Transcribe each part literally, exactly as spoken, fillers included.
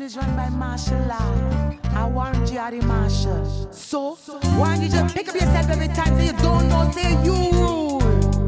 is run by martial law. I warrant you are the marshal. So, why don't you just pick up yourself every time so you don't know, say you rule.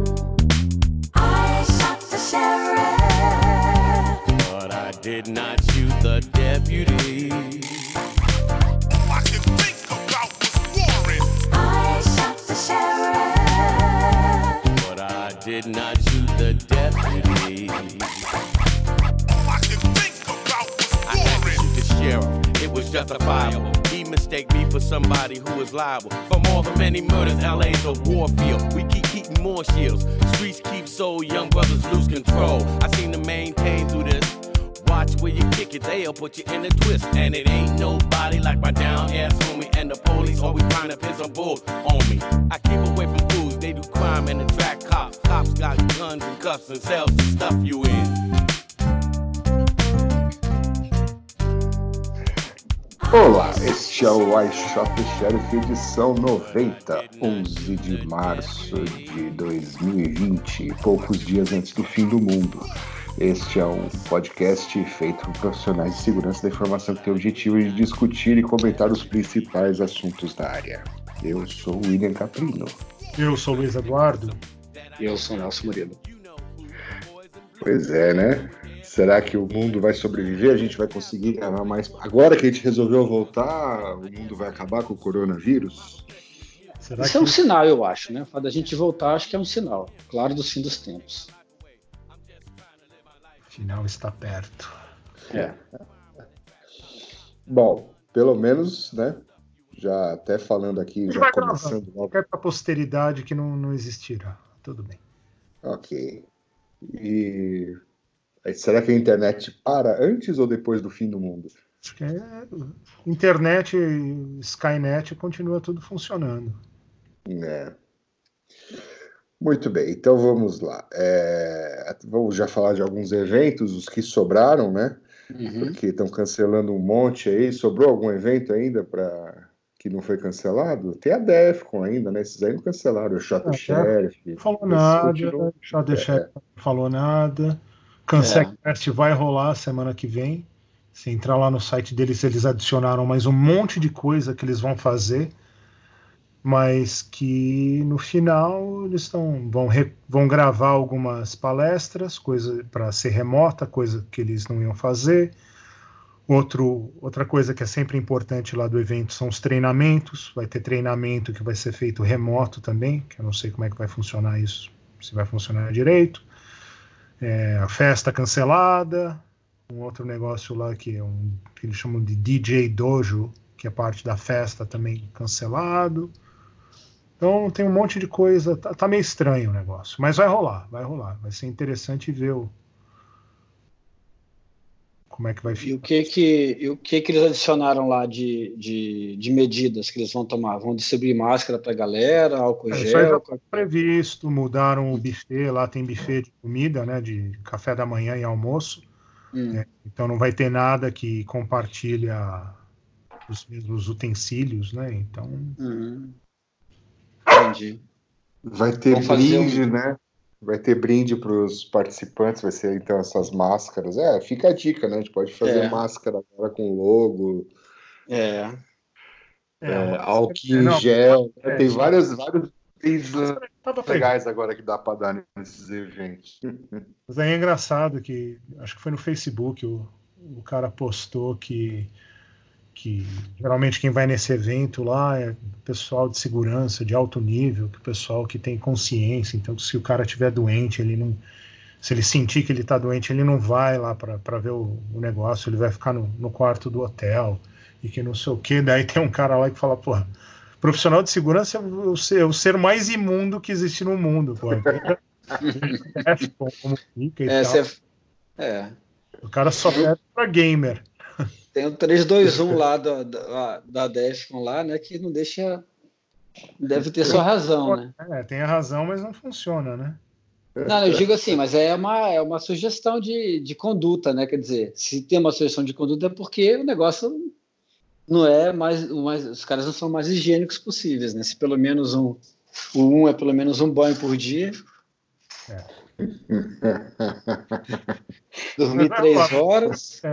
I shot the sheriff, but I did not shoot the deputy. All I can think about was Warren. I shot the sheriff, But I did not shoot the deputy. All I can think about was I had to Warren. shoot the sheriff. It was justifiable. He mistake me for somebody who was liable. From all the many murders, L A's a war field. We keep keeping more shields. Streets keep so young brothers lose control. I seem to maintain through this. Watch where you kick it, they'll put you in a twist. And it ain't nobody like my down ass homie. And the police always trying to piss some bull on me. I keep away from fools, they do crime and attract cops. Cops got guns and cuffs and cells to stuff you in. Olá, este é o I Shot the Sheriff, edição noventa, onze de março de dois mil e vinte, poucos dias antes do fim do mundo. Este é um podcast feito por profissionais de segurança da informação que tem o objetivo de discutir e comentar os principais assuntos da área. Eu sou o William Caprino. Eu sou o Luiz Eduardo. E eu sou o Nelson Murilo. Pois é, né? Será que o mundo vai sobreviver? A gente vai conseguir gravar mais? Agora que a gente resolveu voltar, o mundo vai acabar com o coronavírus? Será Isso que... é um sinal, eu acho, né? O fato da gente voltar, acho que é um sinal. Claro, do fim dos tempos. o final está perto? É. Bom, pelo menos, né? Já até falando aqui, já vai começando gravar. logo. Quer para a posteridade que não, não existirá. Tudo bem. Ok. E aí, será que a internet para antes ou depois do fim do mundo? Acho que é... internet, Skynet, continua tudo funcionando. É. Muito bem, então vamos lá. É, vamos já falar de alguns eventos, os que sobraram, né? Uhum. Porque estão cancelando um monte aí. Sobrou algum evento ainda para que não foi cancelado? Tem a Defcon ainda, né? Esses aí não cancelaram. O Shot the É, Sheriff. Não falou esse nada, continua- Shot the é, Sheriff não falou nada. Cansecfest vai rolar semana que vem. Se entrar lá no site deles, eles adicionaram mais um monte de coisa que eles vão fazer, mas que no final eles tão, vão, re, vão gravar algumas palestras, coisa para ser remota, coisa que eles não iam fazer. Outro, outra coisa que é sempre importante lá do evento são os treinamentos. Vai ter treinamento que vai ser feito remoto também, que eu não sei como é que vai funcionar isso, se vai funcionar direito. É, a festa cancelada, um outro negócio lá que, é um, que eles chamam de D J Dojo, que é parte da festa também cancelado. Então tem um monte de coisa, tá, tá meio estranho o negócio, mas vai rolar, vai rolar, vai ser interessante ver o, como é que vai E ficar. o que que, e o que que eles adicionaram lá de, de, de medidas que eles vão tomar? Vão distribuir máscara para a galera, álcool É, isso aí já gel? está previsto, mudaram o buffet, lá tem buffet de comida, né, de café da manhã e almoço. Hum. É, então não vai ter nada que compartilha os mesmos utensílios, né? Então Uhum. Entendi. Vai ter Vamos fazer brinde, um- né? Vai ter brinde para os participantes, vai ser então essas máscaras. É, fica a dica, né? A gente pode fazer É. máscara agora com logo, É. é, mas- álcool em não, gel. é, tem sim. vários, vários itens tava previsto. legais agora que dá para dar nesses eventos. Mas aí é engraçado que, acho que foi no Facebook, o, o cara postou que, que geralmente quem vai nesse evento lá é pessoal de segurança, de alto nível, que o pessoal que tem consciência, então se o cara estiver doente, ele não, se ele sentir que ele está doente, ele não vai lá para ver o, o negócio, ele vai ficar no, no quarto do hotel, e que não sei o que, daí tem um cara lá que fala, porra, profissional de segurança é o ser, é o ser mais imundo que existe no mundo, pô. É, como fica e É, tal. cê- é. O cara só pede pra gamer. Tem o três dois um lá da, da, da Defcon lá, né? Que não deixa. Deve ter sua razão, né? É, tem a razão, mas não funciona, né? Não, eu digo assim, mas é uma, é uma sugestão de, de conduta, né? Quer dizer, se tem uma sugestão de conduta é porque o negócio não é mais, o mais. Os caras não são mais higiênicos possíveis, né? Se pelo menos um. O um é pelo menos um banho por dia. É. Dormir Mas vai três rolar. horas. Teste.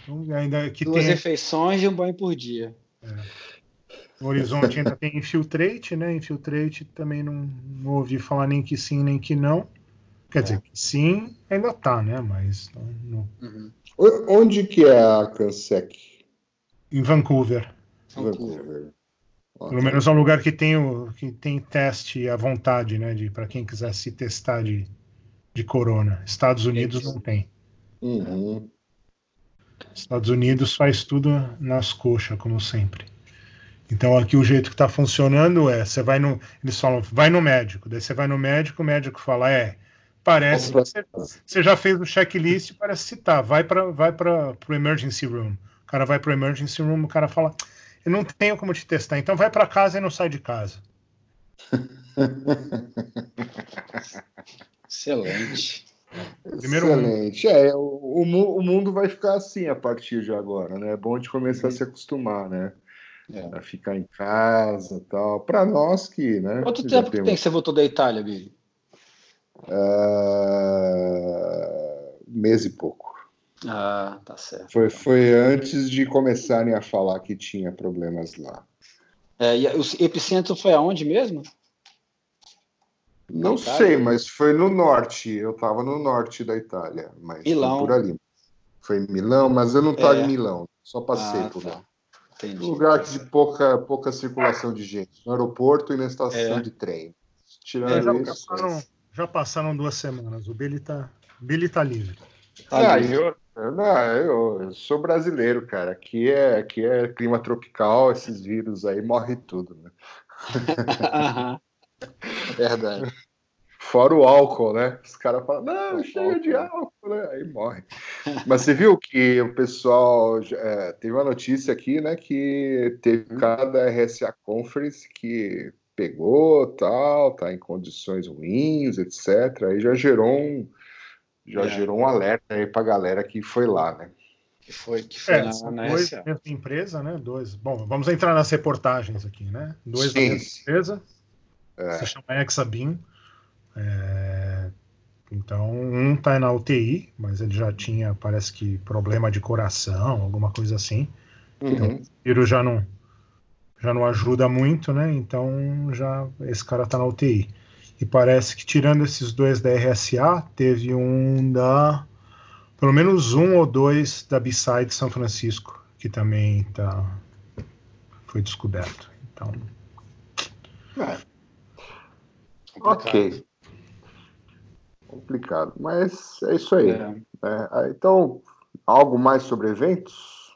Então, ainda que Duas tem, refeições e um banho por dia. no horizonte ainda tem Infiltrate, né? Infiltrate também não, não ouvi falar nem que sim, nem que não. Quer É. dizer, que sim, ainda tá, né? Mas não, não- Uhum. O- Onde que é a Cansec? em Vancouver. Vancouver. Ó, Pelo tá. menos é um lugar que tem, o, que tem teste à vontade, né? De, para quem quiser se testar de, de corona. Estados Unidos não tem. Uhum. Estados Unidos faz tudo nas coxas, como sempre. Então aqui o jeito que está funcionando é, você vai no, eles falam, vai no médico, daí você vai no médico, o médico fala, é, parece que você, você já fez o checklist, parece que tá, vai para vai para o emergency room. O cara vai para o emergency room, o cara fala, eu não tenho como te testar, então vai para casa e não sai de casa. Excelente. Primeiro Excelente. É, o, o, mu- o mundo vai ficar assim a partir de agora, né? É bom de começar a se acostumar, né? É. A ficar em casa e tal. Para nós que, né? Quanto já tempo que temos- tem que você voltou da Itália, Billy? Ah, mês e pouco. Ah, tá certo. Foi, foi antes de começarem a falar que tinha problemas lá. É, e o epicentro foi aonde mesmo? Não Itália? sei, mas foi no norte. Eu estava no norte da Itália, mas Milão. foi por ali. Foi em Milão, mas eu não estava É. em Milão. Só passei Ah, por lá. tá. Entendi. Um lugar de pouca, pouca circulação de gente. No aeroporto e na estação É. de trem. É, Tirando já, isso. passaram, já passaram duas semanas, o Billy tá, Billy tá livre. Tá Ah, ali. eu, não, eu, eu sou brasileiro, cara. Aqui é, aqui é clima tropical, esses vírus aí morre tudo, né? Aham. Verdade. Fora o álcool, né? Os caras falam, não, O chega de álcool. álcool, né? Aí morre. Mas você viu que o pessoal é, teve uma notícia aqui, né? Que teve cada R S A Conference que pegou, tal, tá em condições ruins, etcétera. Aí já gerou um, já É. gerou um alerta aí pra galera que foi lá, né? Que foi, que foi É, na, são na dois R S A. da mesma empresa, né? Dois. Bom, vamos entrar nas reportagens aqui, né? Dois da Sim. mesma empresa. É. Se chama Exabeam. É, então, um tá na U T I, mas ele já tinha, parece que, problema de coração, alguma coisa assim. Então, Uhum. o vírus já não, já não ajuda muito, né? Então, já esse cara tá na U T I. E parece que, tirando esses dois da R S A, teve um da... Pelo menos um ou dois da B-Side São Francisco, que também tá, foi descoberto. Então, É, Complicado. ok. Complicado, mas é isso aí. É. né? Ah, Então, algo mais sobre eventos?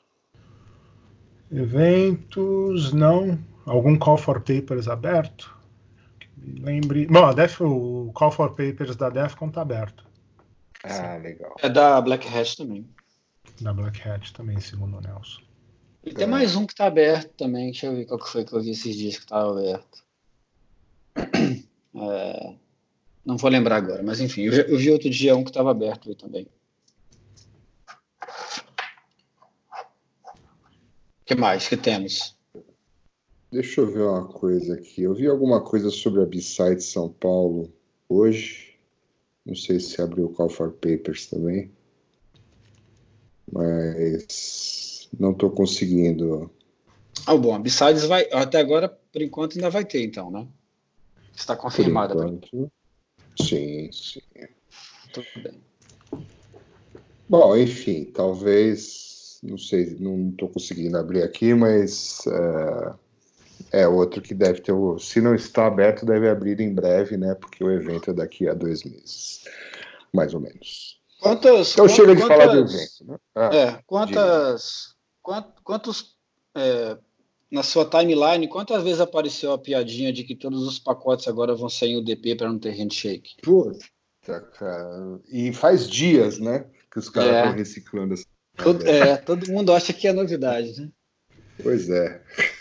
eventos, não. Algum Call for Papers aberto? Lembre. Bom, a Def, o Call for Papers da Defcon tá aberto. Ah, legal. É da Black Hat também. Da Black Hat também, segundo o Nelson. E tem mais um que tá aberto também. Deixa eu ver qual que foi que eu vi esses dias que tava aberto. É, não vou lembrar agora, mas enfim, eu, eu vi outro dia um que estava aberto aí também. O que mais que temos? Deixa eu ver uma coisa aqui. Eu vi alguma coisa sobre a B-Side São Paulo hoje. Não sei se abriu o Call for Papers também. Mas não estou conseguindo. Ah, bom, a B-Sides vai, até agora, por enquanto, ainda vai ter, então, né? Está Por confirmada. enquanto. Sim, sim. Tudo bem. Bom, enfim, talvez. Não sei, não estou conseguindo abrir aqui, mas é, é outro que deve ter. o- Se não está aberto, deve abrir em breve, né? Porque o evento é daqui a dois meses, mais ou menos. Quantas, Então chega de quantas, falar do evento, né? Ah, É, quantas, quant- quantos, é, na sua timeline, quantas vezes apareceu a piadinha de que todos os pacotes agora vão ser em U D P para não ter handshake? puta, cara. E faz dias, né? Que os caras É. estão reciclando essa. Todo, é, todo mundo acha que é novidade, né? Pois é.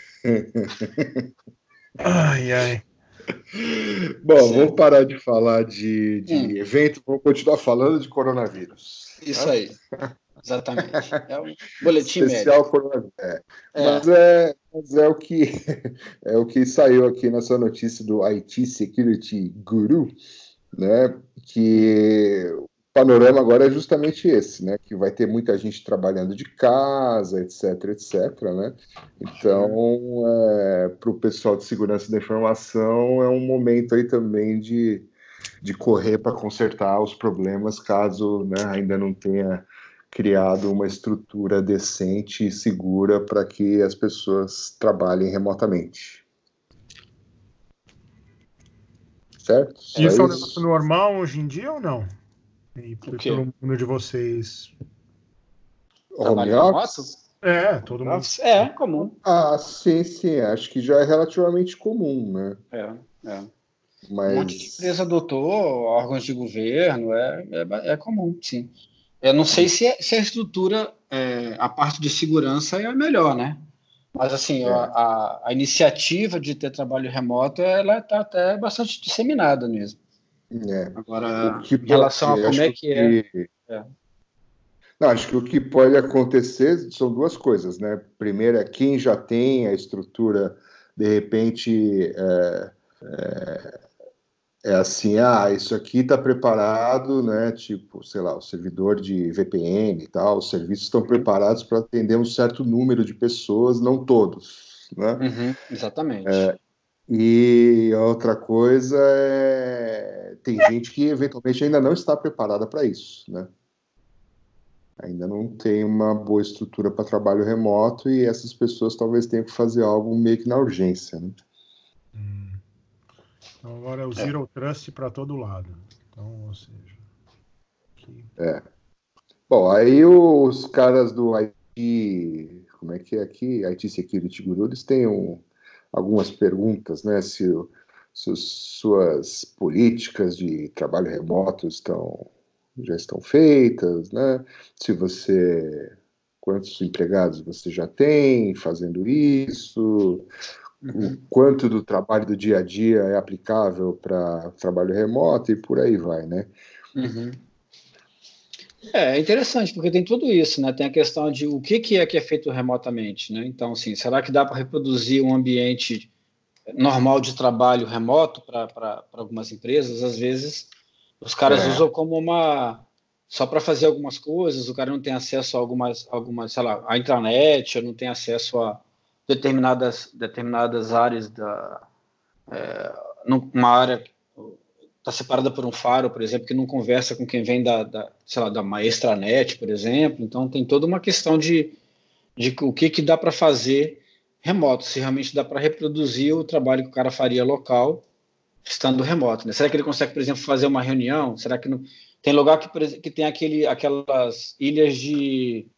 Ai, ai. Bom, Certo. vamos parar de falar de, de Hum. evento, vamos continuar falando de coronavírus. Isso né? aí. Exatamente. É um boletim Especial médico. coronavírus. É. É. Mas, é, mas é o que é o que saiu aqui nessa notícia do I T Security Guru, né? Que panorama agora é justamente esse, né? Que vai ter muita gente trabalhando de casa, etc, etc, né? Então, é, para o pessoal de segurança da informação, é um momento aí também de, de correr para consertar os problemas, caso, né, ainda não tenha criado uma estrutura decente e segura para que as pessoas trabalhem remotamente. Certo? Só Isso é um isso. negócio normal hoje em dia ou não? E O quê? pelo mundo de vocês. Home Trabalho office? É, todo mundo. É, comum. Ah, sim, sim. Acho que já é relativamente comum, né? É, é. Mas... Um monte de empresa adotou, órgãos de governo, é, é, é comum, sim. Eu não sei se, é, se a estrutura, é, a parte de segurança é a melhor, né? Mas, assim, É. a, a, a iniciativa de ter trabalho remoto, ela está até bastante disseminada mesmo. É. Agora, O que em relação pode- a como acho é que é... que- é. Não, acho que o que pode acontecer são duas coisas, né? Primeiro é quem já tem a estrutura, de repente, é, é, é assim, ah, isso aqui está preparado, né? Tipo, sei lá, o servidor de V P N e tal, os serviços estão preparados para atender um certo número de pessoas, não todos, né? Uhum, exatamente. E a outra coisa é tem gente que eventualmente ainda não está preparada para isso, né? Ainda não tem uma boa estrutura para trabalho remoto e essas pessoas talvez tenham que fazer algo meio que na urgência, né? Hum. Então agora é o Zero Trust para todo lado. Então, ou seja. Que... Bom, aí os caras do I T, como é que é aqui? I T Security Guru, eles têm um, algumas perguntas, né? Se, o- se os- suas políticas de trabalho remoto estão, já estão feitas, né? Se você, quantos empregados você já tem fazendo isso, o quanto do trabalho do dia a dia é aplicável para trabalho remoto e por aí vai, né? Uhum. É, é interessante, porque tem tudo isso, né? Tem a questão de o que, que é que é feito remotamente, né? Então, assim, será que dá para reproduzir um ambiente normal de trabalho remoto para algumas empresas? Às vezes, os caras É. usam como uma... só para fazer algumas coisas, o cara não tem acesso a algumas, algumas sei lá, a intranet, ou não tem acesso a determinadas, determinadas áreas da... É, uma área... está separada por um faro, por exemplo, que não conversa com quem vem da, da sei lá, da uma extranet, por exemplo. Então, tem toda uma questão de, de o que, que dá para fazer remoto, se realmente dá para reproduzir o trabalho que o cara faria local, estando remoto, né? Será que ele consegue, por exemplo, fazer uma reunião? Será que não... Tem lugar que, por exemplo, que tem aquele, aquelas ilhas de,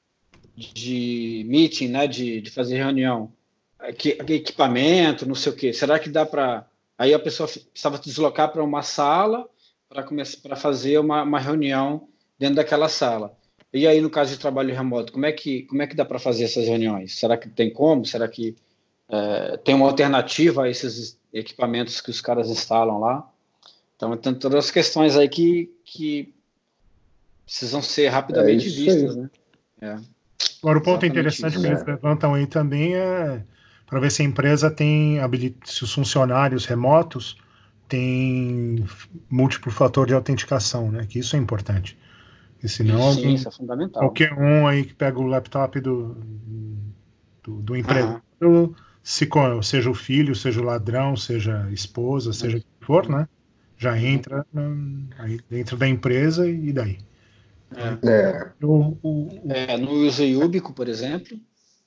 de meeting, né? de, de fazer reunião. Que, equipamento, não sei o quê. Será que dá para... Aí a pessoa precisava se deslocar para uma sala para começar para fazer uma, uma reunião dentro daquela sala. E aí, no caso de trabalho remoto, como é que, como é que dá para fazer essas reuniões? Será que tem como? Será que é, tem uma alternativa a esses equipamentos que os caras instalam lá? Então, tem todas as questões aí que, que precisam ser rapidamente É isso vistas, aí. né? É. Agora, o ponto Exatamente interessante isso. que eles levantam aí também é para ver se a empresa tem, habili- se os funcionários remotos têm múltiplo fator de autenticação, né? Que isso é importante. Porque senão Sim, alguém, isso é fundamental. qualquer um aí que pega o laptop do, do, do empregado, se, co- seja o filho, seja o ladrão, seja a esposa, seja o que for, né? Já entra na- aí dentro da empresa e daí. É. É, O, o, o- É, no uso Yubico, por exemplo.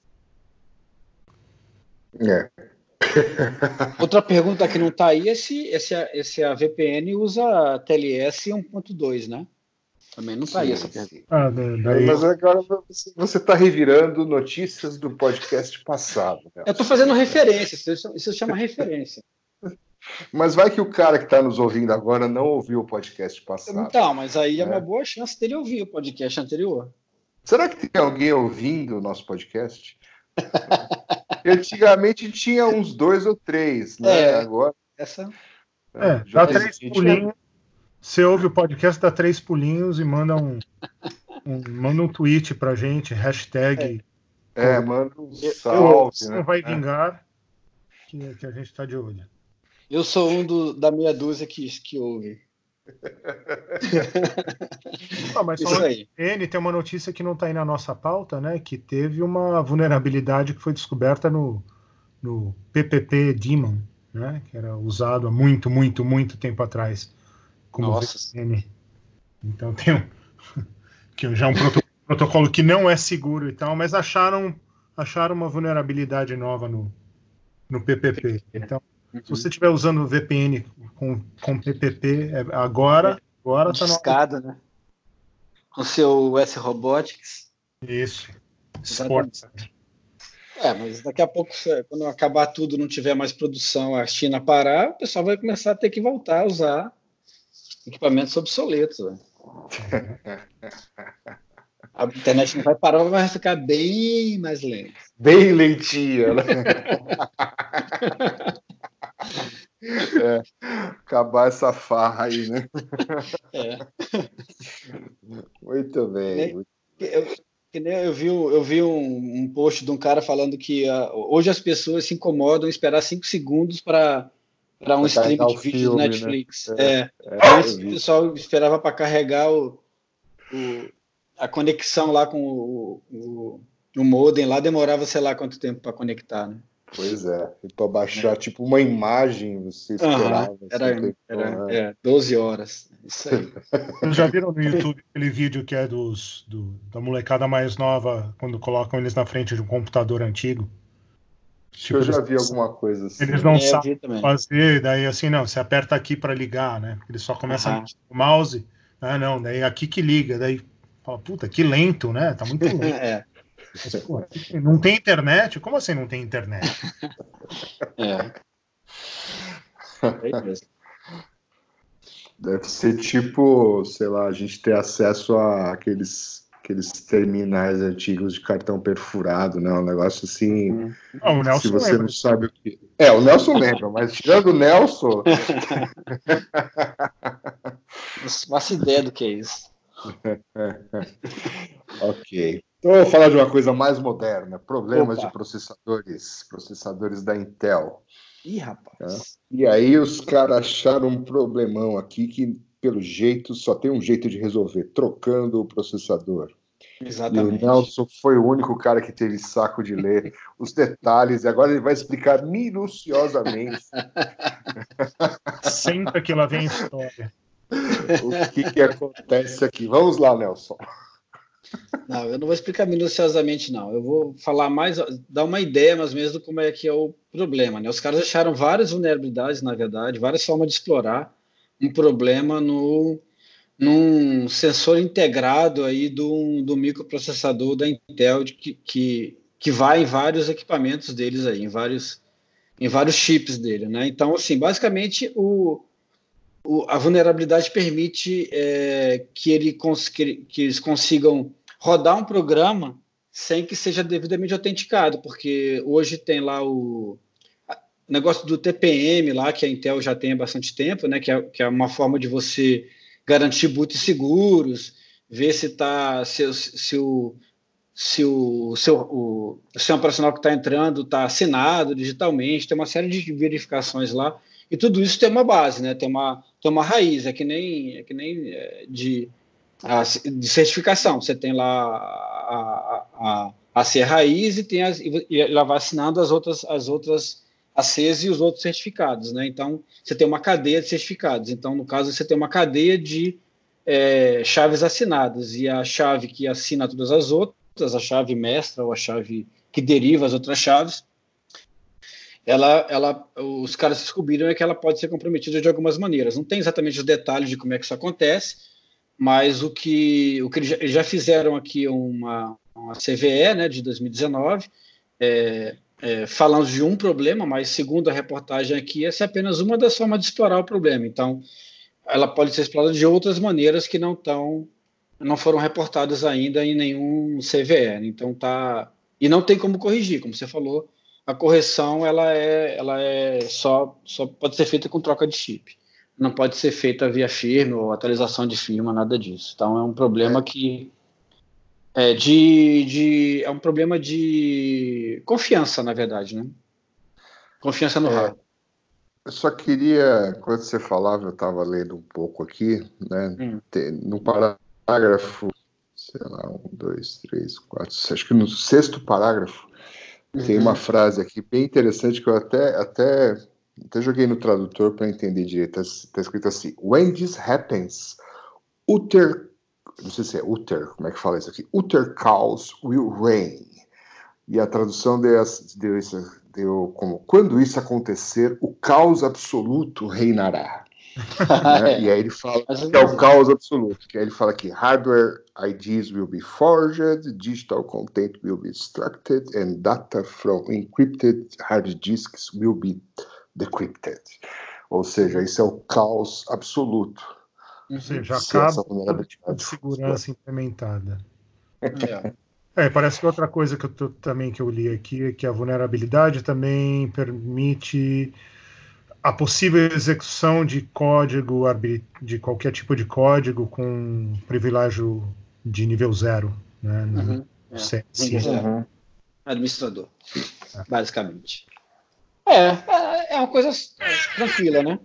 é. Outra pergunta que não está aí é se, é se, a, é se a V P N usa T L S um ponto dois, né? Também não está aí essa pergunta. ah, da- daí, Mas agora você está revirando notícias do podcast passado, né? Eu estou fazendo referência, isso, isso chama referência. Mas vai que o cara que está nos ouvindo agora não ouviu o podcast passado. Então, mas aí é É. uma boa chance dele ouvir o podcast anterior. Será que tem alguém ouvindo o nosso podcast? Antigamente tinha uns dois ou três, né? É. Agora. Essa... é, já dá tem três gente- pulinhos. Você ouve o podcast, dá três pulinhos e manda um, um, manda um tweet pra gente, hashtag É, manda um Eu- salve. não né? vai vingar, que, que a gente tá de olho. Eu sou um do, da meia dúzia que, que ouve. Não, mas Isso aí. N tem uma notícia que não está aí na nossa pauta, né? Que teve uma vulnerabilidade que foi descoberta no, no P P P Daemon, né? Que era usado há muito, muito, muito tempo atrás como Nossa. V P N. Então tem um, que já é um proto- protocolo que não é seguro e tal, mas acharam, acharam uma vulnerabilidade nova no, no P P P. Então, se você estiver usando V P N com, com P P P, é, agora agora está Discada, né? Com seu S Robotics. Isso. Exatamente. Sport. É, mas daqui a pouco, quando acabar tudo, não tiver mais produção, a China parar, o pessoal vai começar a ter que voltar a usar equipamentos obsoletos. Né? A internet não vai parar, mas vai ficar bem mais lenta. Bem lentinha, né? É, acabar essa farra aí, né? É. Muito bem. Eu, que nem eu vi, eu vi um, um post de um cara falando que uh, hoje as pessoas se incomodam em esperar cinco segundos para para um stream de vídeo do Netflix. Né? É, é, é antes o pessoal esperava para carregar o, o, a conexão lá com o, o, o modem lá, demorava sei lá quanto tempo para conectar, né? Pois é, e para baixar é. tipo uma imagem, você esperava. Uhum, era tempo, era né? é, doze horas. Isso aí. Vocês já viram no YouTube aquele vídeo que é dos, do, da molecada mais nova, quando colocam eles na frente de um computador antigo? Tipo, eu já vi alguma coisa assim. Eles não é, sabem fazer, daí assim, não, você aperta aqui para ligar, né? Eles só começam uhum. a mexer o mouse, ah, não, daí aqui que liga, daí fala, puta, que lento, né? Tá muito lento. é. Mas, pô, não tem internet? Como assim não tem internet? É. É mesmo. Deve ser tipo, sei lá, a gente ter acesso a aqueles, aqueles terminais antigos de cartão perfurado, né? Um negócio assim. Não, o Nelson se você lembra. não sabe o que. É, o Nelson lembra, mas tirando o Nelson. Não faço ideia do que é isso. Ok. Então, eu vou falar de uma coisa mais moderna, problemas Opa. de processadores, processadores da Intel. Ih, rapaz. Tá? E aí os caras acharam um problemão aqui que, pelo jeito, só tem um jeito de resolver, trocando o processador. Exatamente. E o Nelson foi o único cara que teve saco de ler os detalhes, e agora ele vai explicar minuciosamente. Sempre que lá vem a história. O que, que acontece aqui. Vamos lá, Nelson. Não, eu não vou explicar minuciosamente, não. Eu vou falar mais, dar uma ideia mais ou menos do como é que é o problema. Né? Os caras acharam várias vulnerabilidades, na verdade, várias formas de explorar um problema no, num sensor integrado aí do, do microprocessador da Intel, de que, que, que vai em vários equipamentos deles aí, em vários, em vários chips dele. Né? Então, assim, basicamente, o, o, a vulnerabilidade permite é, que, ele cons, que, que eles consigam rodar um programa sem que seja devidamente autenticado, porque hoje tem lá o, o negócio do T P M lá, que a Intel já tem há bastante tempo, né, que, é, que é uma forma de você garantir boots seguros, ver se, tá, se, se o se o seu o, o sistema operacional que está entrando está assinado digitalmente, tem uma série de verificações lá, e tudo isso tem uma base, né, tem uma, tem uma raiz, é que nem, é que nem é, de A, de certificação, você tem lá a, a, a C raiz e tem as, e ela vai assinando as outras, as outras A Cs e os outros certificados, né? Então você tem uma cadeia de certificados. Então, no caso, você tem uma cadeia de é, chaves assinadas, e a chave que assina todas as outras, a chave mestra ou a chave que deriva as outras chaves, ela, ela, os caras descobriram é que ela pode ser comprometida de algumas maneiras. Não tem exatamente os detalhes de como é que isso acontece, mas o que, o que eles já, eles já fizeram aqui uma, uma C V E, né, de dois mil e dezenove, é, é, falando de um problema, mas segundo a reportagem aqui, essa é apenas uma das formas de explorar o problema. Então, ela pode ser explorada de outras maneiras que não, tão, não foram reportadas ainda em nenhum C V E. Então, tá, e não tem como corrigir, como você falou, a correção ela é, ela é só, só pode ser feita com troca de chip. Não pode ser feita via firmware ou atualização de firmware, nada disso. Então é um problema é. que é de, de é um problema de confiança, na verdade, né? Confiança no é. hardware. Eu só queria, quando você falava, eu estava lendo um pouco aqui, né? Hum. Tem, no parágrafo, sei lá, um, dois, três, quatro, acho que no sexto parágrafo, uhum. Tem uma frase aqui bem interessante que eu até, até, até joguei no tradutor para entender direito. Está escrito assim: When this happens, utter, não sei se é utter, como é que fala isso aqui? Utter chaos will reign. E a tradução deu, deu, deu como: quando isso acontecer, o caos absoluto reinará. Né? E aí ele fala que é o caos absoluto, que aí ele fala que hardware I Ds will be forged, digital content will be extracted, and data from encrypted hard disks will be decrypted. Ou seja, isso é o caos absoluto. Ou seja, acaba todo tipo de segurança implementada. É. É, parece que outra coisa que eu tô, também que eu li aqui é que a vulnerabilidade também permite a possível execução de código, de qualquer tipo de código com privilégio de nível zero, né? Uhum. No é. uhum. Administrador, é. basicamente. É, é uma coisa tranquila, né?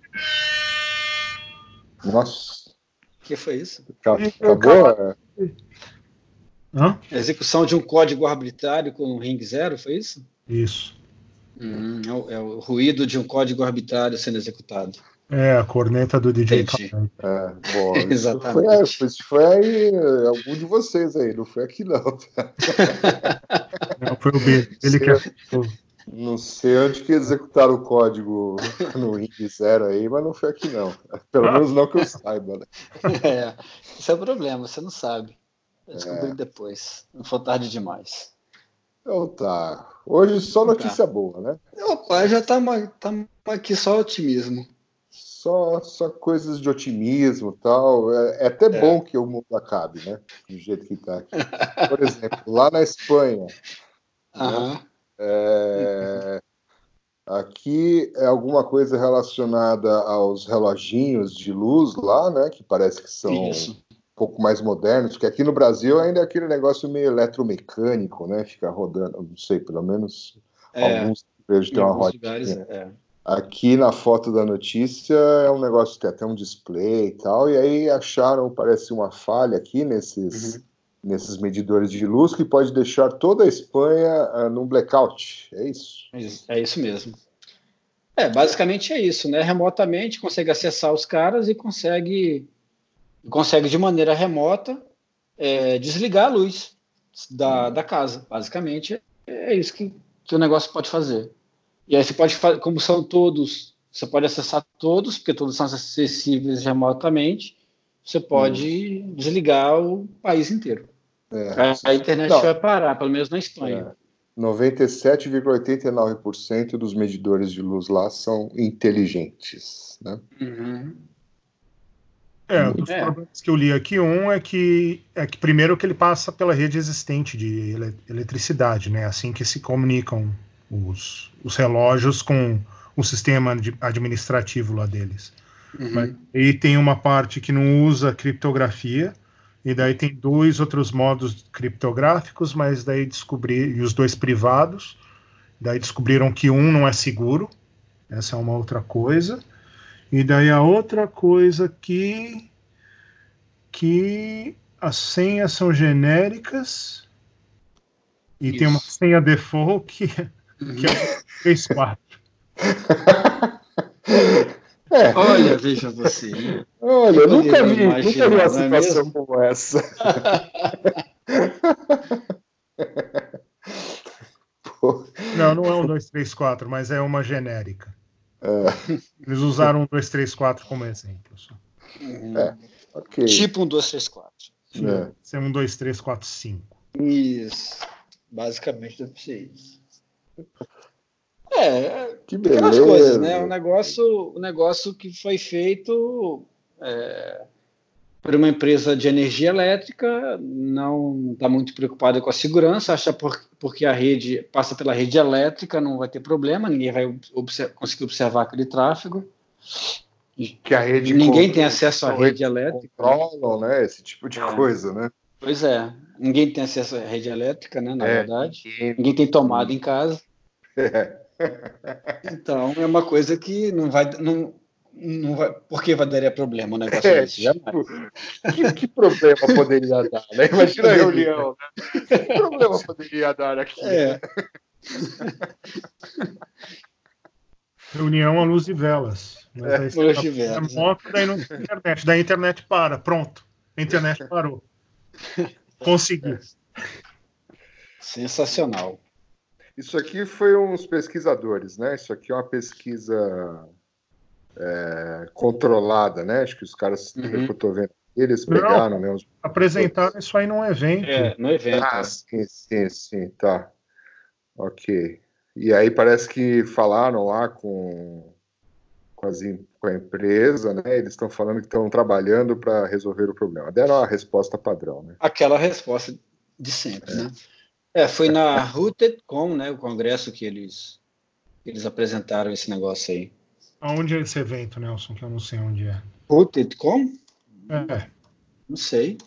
Nossa. O que foi isso? Acabou? Hã? Execução de um código arbitrário com ring zero, foi isso? Isso. Hum, é, o, é o ruído de um código arbitrário sendo executado. É, a corneta do D J Khaled. É, bom, isso Exatamente. foi, isso foi aí, algum de vocês aí, não foi aqui não. Não, foi o B. Ele que é... Não sei onde que executaram o código no ring zero aí, mas não foi aqui não. Pelo menos não que eu saiba, né? É, esse é o problema, você não sabe. Vai descobrir É. depois. Não for tarde demais. Então tá. Hoje só notícia tá. boa, né? Opa, já estamos aqui só otimismo. Só, só coisas de otimismo e tal. É, é até é. bom que o mundo acabe, né? Do jeito que está aqui. Por exemplo, lá na Espanha. Aham. Né? É, aqui é alguma coisa relacionada aos reloginhos de luz lá, né? Que parece que são Isso. um pouco mais modernos, porque aqui no Brasil ainda é aquele negócio meio eletromecânico, né? Fica rodando, não sei, pelo menos é, alguns vejo tem uma rodinha. É. Aqui na foto da notícia é um negócio que tem até um display e tal, e aí acharam, parece uma falha aqui nesses, uhum. nesses medidores de luz que pode deixar toda a Espanha uh, num blackout. É isso? É isso mesmo. É, basicamente é isso, né? Remotamente consegue acessar os caras e consegue, consegue de maneira remota é, desligar a luz da, da casa. Basicamente é isso que, que o negócio pode fazer. E aí você pode fazer, como são todos, você pode acessar todos, porque todos são acessíveis remotamente, você pode hum. desligar o país inteiro. É. A, a internet Não. vai parar, pelo menos na Espanha. É. noventa e sete vírgula oitenta e nove por cento dos medidores de luz lá são inteligentes, né? Uhum. É, dos é. problemas que eu li aqui, um é que, é que primeiro que ele passa pela rede existente de ele, eletricidade, né? Assim que se comunicam os, os relógios com o sistema administrativo lá deles. Uhum. Mas, e tem uma parte que não usa criptografia, e daí tem dois outros modos criptográficos, mas daí descobri, e os dois privados, daí descobriram que um não é seguro, essa é uma outra coisa, e daí a outra coisa que, que as senhas são genéricas, e Isso. tem uma senha default que, que é três quatro. É. Olha, veja você. Olha, eu nunca vi, nunca vi uma situação é como essa. Não, não é um dois três quatro, mas é uma genérica. É. Eles usaram um dois três quatro como exemplo. Só. É, okay. Tipo um dois três quatro. É. Isso é um dois três quatro cinco. Isso. Basicamente deve ser isso. É, que beleza. Aquelas coisas, né? O negócio, o negócio que foi feito é, por uma empresa de energia elétrica, não está muito preocupada com a segurança, acha por, porque a rede passa pela rede elétrica, não vai ter problema, ninguém vai observ- conseguir observar aquele tráfego. Que a rede ninguém tem acesso à rede elétrica. Controlam, né? Esse tipo de é. coisa, né? Pois é, ninguém tem acesso à rede elétrica, né? Na é, verdade, ninguém... ninguém tem tomada em casa. É. Então, é uma coisa que não vai... Não, não vai por que vai daria problema um negócio É, desse? Jamais. tipo, que, que problema poderia dar, né? Imagina a reunião, né? Que problema poderia dar aqui? É. Reunião à luz e velas. Mas É, aí você luz tá- e velas, é moto, daí não tem internet. Daí a internet para. Pronto. A internet parou. Consegui. Sensacional. Isso aqui foi uns pesquisadores, né? Isso aqui é uma pesquisa é, controlada, né? Acho que os caras, Uhum. que eu tô vendo, eles Não. pegaram, né? Os... Apresentaram isso aí num evento. É, no evento. Ah, sim, sim, sim, tá. Ok. E aí parece que falaram lá com, com, as, em- com a empresa, né? Eles estão falando que estão trabalhando para resolver o problema. Deram a resposta padrão, né? Aquela resposta de sempre, né? É, foi na RootedCon, né? O congresso que eles, eles apresentaram esse negócio aí. Aonde é esse evento, Nelson? Que eu não sei onde é. RootedCon? É. Não sei.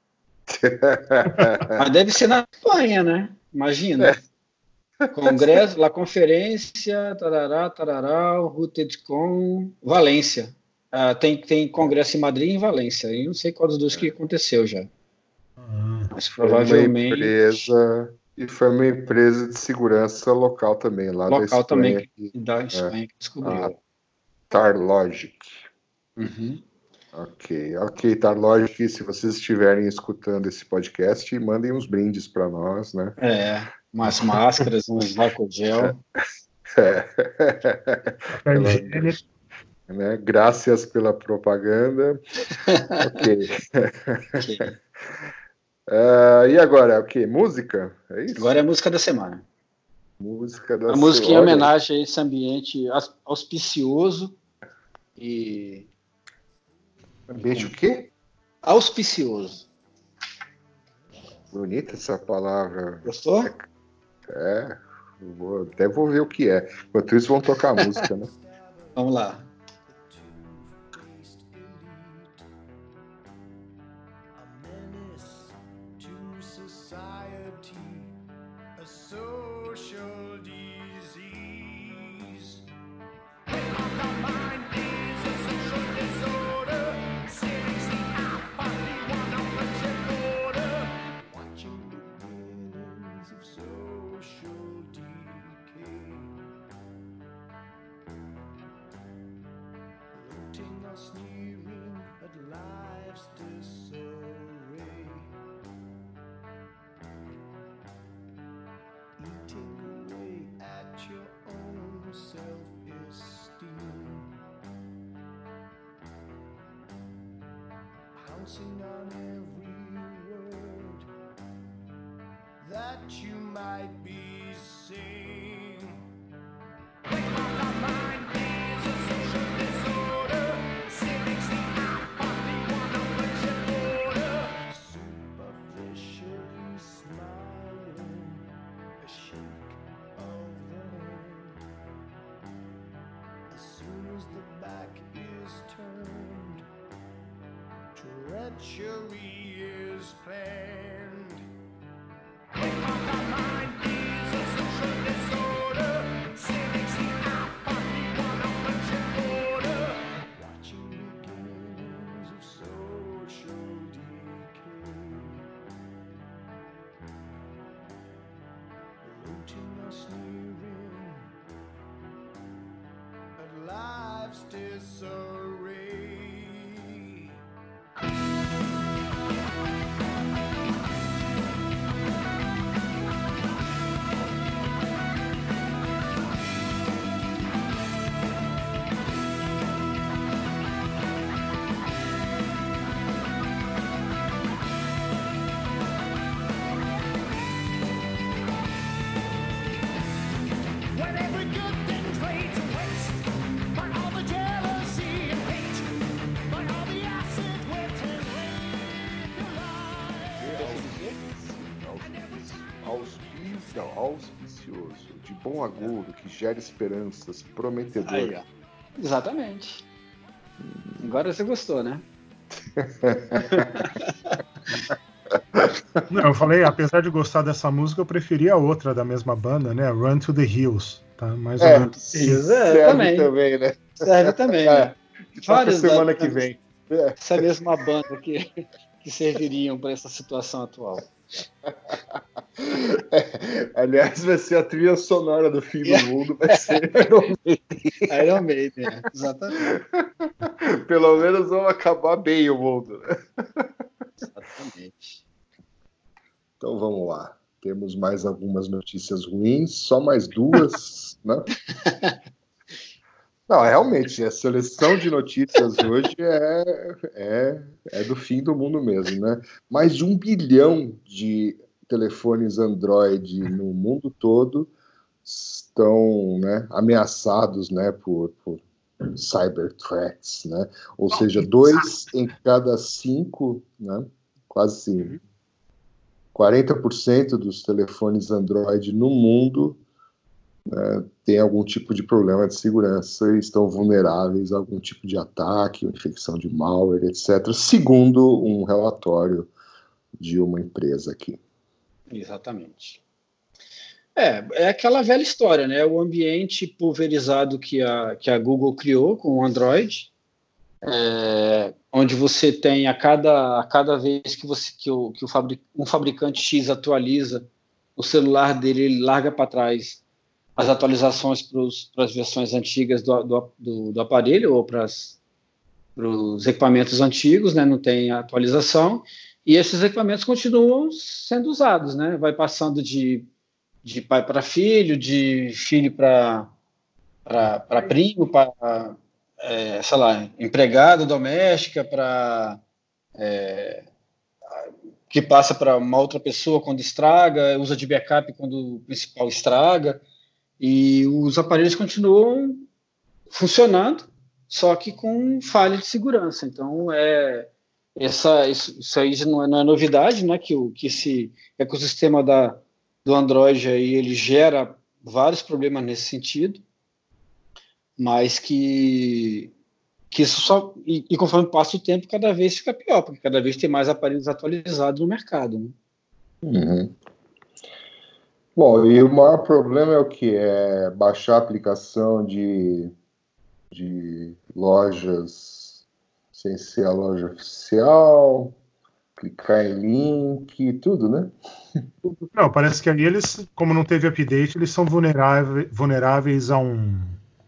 Mas deve ser na Espanha, né? Imagina. Congresso, La Conferência, tarará, tarará, RootedCon, Valência. Ah, tem, tem congresso em Madrid e em Valência. Eu não sei qual dos dois que aconteceu já. Ah, Mas Foi uma provavelmente empresa, e foi uma empresa de segurança local também, lá da local Espanha, também que- que, da Espanha que descobriu. Ah. Tarlogic. Uhum. Ok, ok, Tarlogic, se vocês estiverem escutando esse podcast, mandem uns brindes para nós, né? É, umas máscaras, uns álcool gel. papel Pela- higiênico. né? Graças pela propaganda. Ok. Ok. Ah, e agora, o que? Música? É isso? Agora é a música da semana. Música da A música em Olha, homenagem a esse ambiente aus- auspicioso e ambiente o quê? auspicioso. Bonita essa palavra. Gostou? É, eu vou, até vou ver o que é. Enquanto isso, vão tocar a música, né? Vamos lá. Sneering at life's disarray, eating away at your own self-esteem, pouncing on every word that you might be saying. Superficially smiling, a shake of the hand. As soon as the back is turned, treachery is planned. Watching beginnings of social decay, looting or sneering at life's disarray. When every good thing's laid to waste by all the jealousy and hate, by all the acid, wet and rain. Auspi... Não, auspicioso, de bom agouro, que gera esperanças, prometedor. Aí, ó. Exatamente. Agora você gostou, né? Não, eu falei, apesar de gostar dessa música, eu preferia a outra da mesma banda, né? Run to the Hills. Tá? Mais É, ou menos. Isso, é, serve também. também, né? Serve também, É. né? Só pra Várias semana da- que vem. É. Essa mesma banda que, que serviriam para essa situação atual. É, aliás, vai ser a trilha sonora do fim do mundo, vai ser Iron Maiden. Iron Maiden, é, exatamente. Pelo menos vamos acabar bem o mundo. Exatamente. Então vamos lá. Temos mais algumas notícias ruins, só mais duas, né? Não, realmente, a seleção de notícias hoje é, é, é do fim do mundo mesmo, né? Mais de um bilhão de telefones Android no mundo todo estão, né, ameaçados, né, por, por cyber threats, né? Ou seja, dois em cada cinco, né, quase assim, quarenta por cento dos telefones Android no mundo, né, tem algum tipo de problema de segurança e estão vulneráveis a algum tipo de ataque, infecção de malware, etcétera, segundo um relatório de uma empresa aqui. Exatamente. É, é aquela velha história, né? O ambiente pulverizado que a, que a Google criou com o Android, é, onde você tem a cada, a cada vez que, você, que, o, que o fabric, um fabricante X atualiza o celular dele, ele larga para trás as atualizações para as versões antigas do, do, do, do aparelho ou para os equipamentos antigos, né? Não tem atualização, e esses equipamentos continuam sendo usados, né? Vai passando de de pai para filho, de filho para primo, para, é, sei lá, empregado doméstica, para é, que passa para uma outra pessoa quando estraga, usa de backup quando o principal estraga, e os aparelhos continuam funcionando, só que com falha de segurança. Então, é, essa, isso, isso aí não é, não é novidade, né, que, o, que esse ecossistema da do Android aí, ele gera vários problemas nesse sentido, mas que, que isso só, e, e conforme passa o tempo, cada vez fica pior, porque cada vez tem mais aparelhos atualizados no mercado, né? Uhum. Bom, e o maior problema é o que? É baixar a aplicação de, de lojas sem ser a loja oficial, clicar em link, tudo, né? Não, parece que ali eles, como não teve update, eles são vulneráveis, vulneráveis a um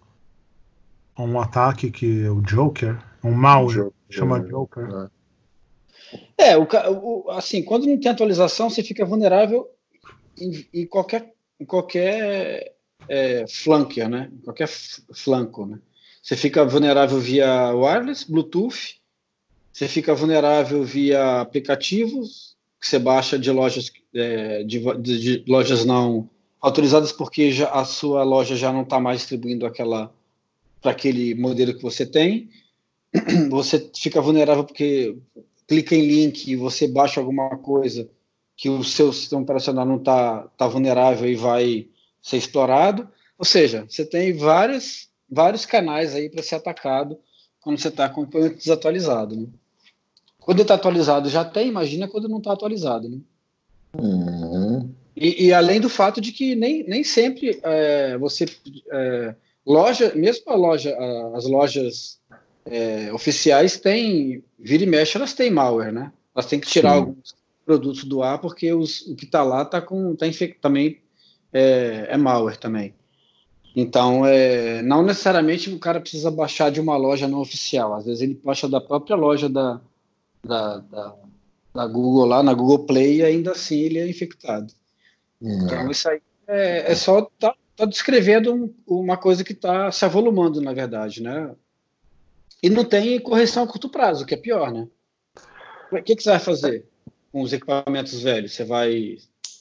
a um ataque que é o Joker, um malware, Joker, chama né? Joker. É, o, o, assim, quando não tem atualização, você fica vulnerável em, em qualquer, em qualquer é, flanker, né? Em qualquer flanco, né? Você fica vulnerável via wireless, Bluetooth, você fica vulnerável via aplicativos que você baixa de lojas, é, de, de, de lojas não autorizadas, porque já, a sua loja já não está mais distribuindo aquela para aquele modelo que você tem. Você fica vulnerável porque clica em link e você baixa alguma coisa que o seu sistema operacional não está tá vulnerável e vai ser explorado. Ou seja, você tem vários, vários canais aí para ser atacado quando você está com o equipamento desatualizado, né? Quando está atualizado já tem, imagina quando não está atualizado, né? Uhum. E, e além do fato de que nem, nem sempre é, você é, loja, mesmo a loja, as lojas é, oficiais têm, vira e mexe, elas têm malware, né? Elas têm que tirar Sim. alguns produtos do ar porque os, o que está lá está com tá infect, também é, é malware também. Então, é, não necessariamente o cara precisa baixar de uma loja não oficial. Às vezes ele baixa da própria loja da Da, da, da Google lá, na Google Play, e ainda assim ele é infectado. Uhum. Então isso aí é, é só tá, tá descrevendo um, uma coisa que está se avolumando, na verdade, né? E não tem correção a curto prazo, que é pior, né? O que, que você vai fazer com os equipamentos velhos? Você vai...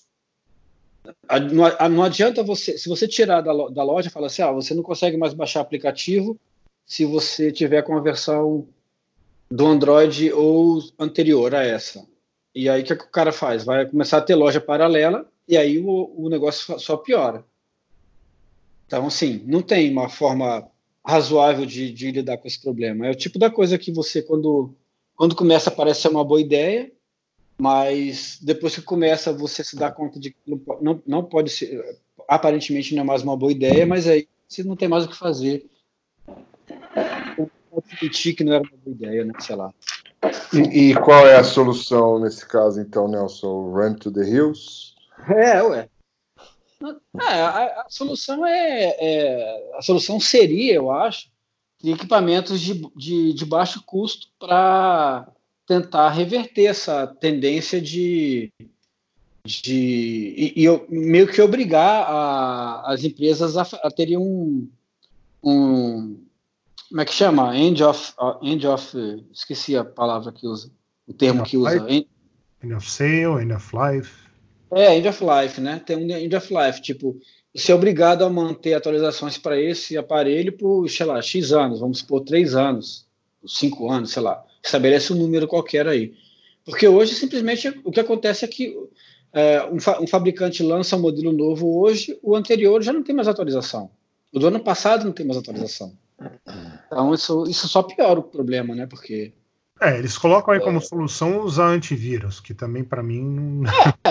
Não, não adianta você... Se você tirar da, da loja e falar assim, ah, você não consegue mais baixar aplicativo se você tiver com a versão do Android ou anterior a essa. E aí o que, é que o cara faz? Vai começar a ter loja paralela e aí o, o negócio só piora. Então, assim, não tem uma forma razoável de, de lidar com esse problema. É o tipo da coisa que você, quando, quando começa, parece ser uma boa ideia, mas depois que começa, você se dá conta de que não, não pode ser, aparentemente não é mais uma boa ideia, mas aí você não tem mais o que fazer. Pode admitir que não era uma boa ideia, né? Sei lá. E, e qual é a solução nesse caso, então, Nelson? Run to the hills? É, ué. É, a, a solução é, é a solução seria, eu acho, de equipamentos de, de, de baixo custo para tentar reverter essa tendência de, de e, e eu, meio que obrigar a, as empresas a, a terem um, um como é que chama? End of, uh, end of esqueci a palavra que usa, o termo End que of usa. life? End of sale, end of life. É, end of life, né? Tem um end of life, tipo, ser obrigado a manter atualizações para esse aparelho por, sei lá, X anos, vamos supor, três anos, cinco anos, sei lá. Estabelece um número qualquer aí. Porque hoje, simplesmente, o que acontece é que é, um, fa um fabricante lança um modelo novo hoje, o anterior já não tem mais atualização. O do ano passado não tem mais atualização. Então, isso, isso só piora o problema, né? Porque... É, eles colocam aí É. como solução usar antivírus, que também para mim não...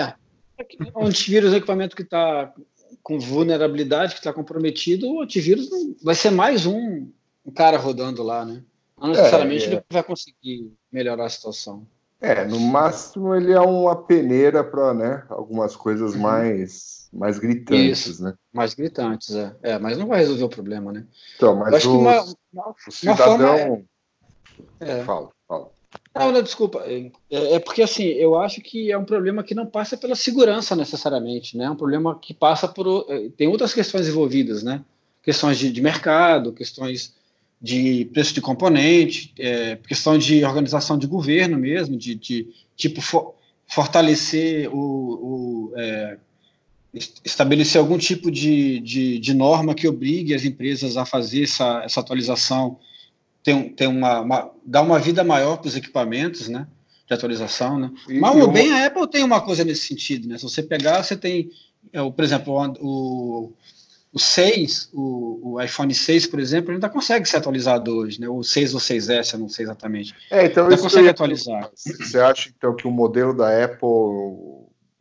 O antivírus é um equipamento que está com vulnerabilidade, que está comprometido, o antivírus não, vai ser mais um, um cara rodando lá, né? Não necessariamente É, é. ele vai conseguir melhorar a situação. É, no máximo ele é uma peneira para, né, algumas coisas Uhum. mais, mais gritantes, Isso. né? Mais gritantes, é. é. Mas não vai resolver o problema, né? Então, Eu mas acho o, que uma, uma, o uma cidadão... forma é, Fala, fala. Não, não, desculpa. É, é porque, assim, eu acho que é um problema que não passa pela segurança necessariamente, né? É um problema que passa por... Tem outras questões envolvidas, né? Questões de, de mercado, questões de preço de componente, é, questão de organização de governo mesmo, de, de tipo, for, fortalecer o... o é, estabelecer algum tipo de, de, de norma que obrigue as empresas a fazer essa, essa atualização, tem, tem uma, uma, dar uma vida maior para os equipamentos, né, de atualização, né? E- Mas e ou uma- bem a Apple tem uma coisa nesse sentido, né? Se você pegar, você tem, é, o, por exemplo, o, o, o seis, o, o iPhone seis, por exemplo, ele ainda consegue ser atualizado hoje, né? O seis ou seis S, eu não sei exatamente. É, então Ainda isso consegue eu ia atualizar. perguntar. Você acha, então, que o modelo da Apple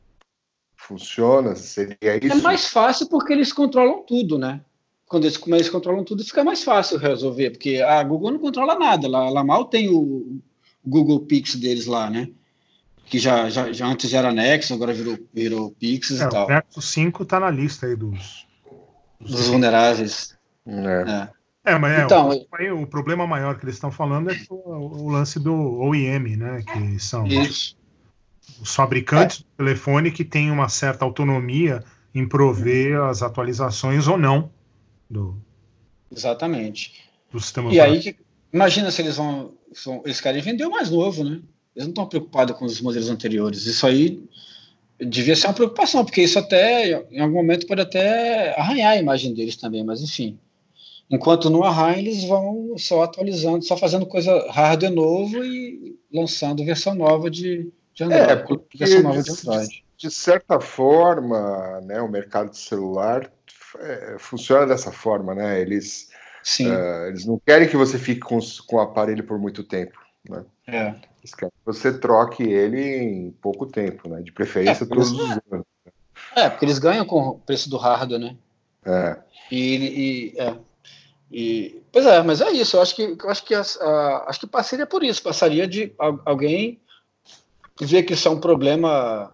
funciona? Seria É isso? mais fácil porque eles controlam tudo, né? Quando eles, como eles controlam tudo, fica mais fácil resolver, porque a Google não controla nada, ela, ela mal tem o Google Pix deles lá, né? Que já, já, já antes era Nexus, agora virou, virou Pixels É, e o tal, Nexus cinco tá na lista aí dos... dos vulneráveis. É. É. É, mas é, Então, o, aí o problema maior que eles estão falando é o, o lance do O E M, né? Que são Isso. os fabricantes do telefone que têm uma certa autonomia em prover as atualizações ou não do, Exatamente. do sistema E aí, operativo. que- imagina se eles vão, vão- eles querem vender o mais novo, né? Eles não estão preocupados com os modelos anteriores. Isso aí devia ser uma preocupação, porque isso até, em algum momento, pode até arranhar a imagem deles também, mas enfim. Enquanto não arranha, eles vão só atualizando, só fazendo coisa hardware novo e lançando versão nova de, de Android. É, porque versão nova de de, Android. de certa forma, né, o mercado de celular é, funciona dessa forma, né? Eles, Sim, é, eles não querem que você fique com, os- com o aparelho por muito tempo, né? é. Eles querem que você troque ele em pouco tempo, né? De preferência É, todos eles- os anos. É, porque eles ganham com o preço do hardware, né? É. E, e, é. E, pois é, mas é isso. Eu acho que, eu acho que, as- a- acho que passaria por isso. Passaria de al- alguém ver que isso é um problema